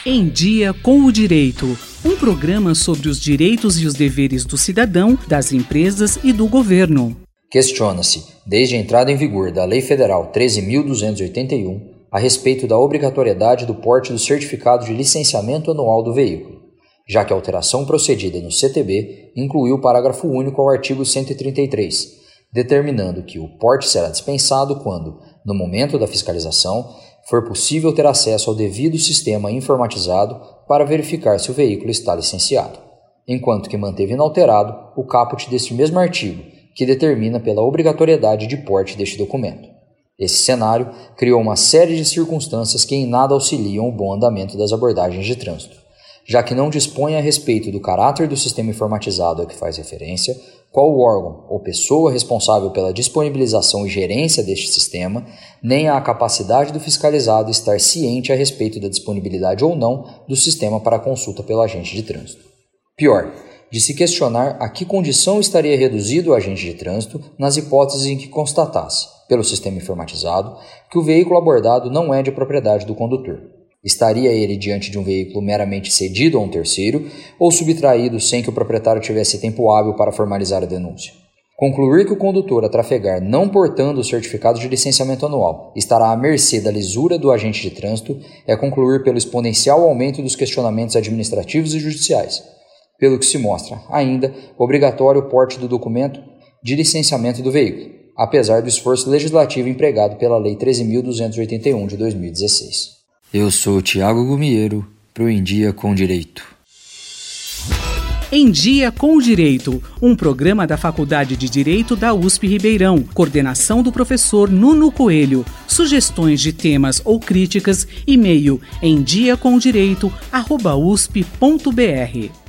Em Dia com o Direito, um programa sobre os direitos e os deveres do cidadão, das empresas e do governo. Questiona-se, desde a entrada em vigor da Lei Federal 13.281, a respeito da obrigatoriedade do porte do certificado de licenciamento anual do veículo, já que a alteração procedida no CTB incluiu o parágrafo único ao artigo 133, determinando que o porte será dispensado quando, no momento da fiscalização, for possível ter acesso ao devido sistema informatizado para verificar se o veículo está licenciado, enquanto que manteve inalterado o caput deste mesmo artigo, que determina pela obrigatoriedade de porte deste documento. Esse cenário criou uma série de circunstâncias que em nada auxiliam o bom andamento das abordagens de trânsito, já que não dispõe a respeito do caráter do sistema informatizado a que faz referência, qual o órgão ou pessoa responsável pela disponibilização e gerência deste sistema, nem a capacidade do fiscalizado estar ciente a respeito da disponibilidade ou não do sistema para consulta pelo agente de trânsito. Pior, de se questionar a que condição estaria reduzido o agente de trânsito nas hipóteses em que constatasse, pelo sistema informatizado, que o veículo abordado não é de propriedade do condutor. Estaria ele diante de um veículo meramente cedido a um terceiro ou subtraído sem que o proprietário tivesse tempo hábil para formalizar a denúncia? Concluir que o condutor a trafegar não portando o certificado de licenciamento anual estará à mercê da lisura do agente de trânsito é concluir pelo exponencial aumento dos questionamentos administrativos e judiciais, pelo que se mostra, ainda, obrigatório o porte do documento de licenciamento do veículo, apesar do esforço legislativo empregado pela Lei 13.281 de 2016. Eu sou Tiago Gumiero, pro Em Dia com Direito. Em Dia com o Direito, um programa da Faculdade de Direito da USP Ribeirão, coordenação do professor Nuno Coelho. Sugestões de temas ou críticas, e-mail em diacomdireito@usp.br.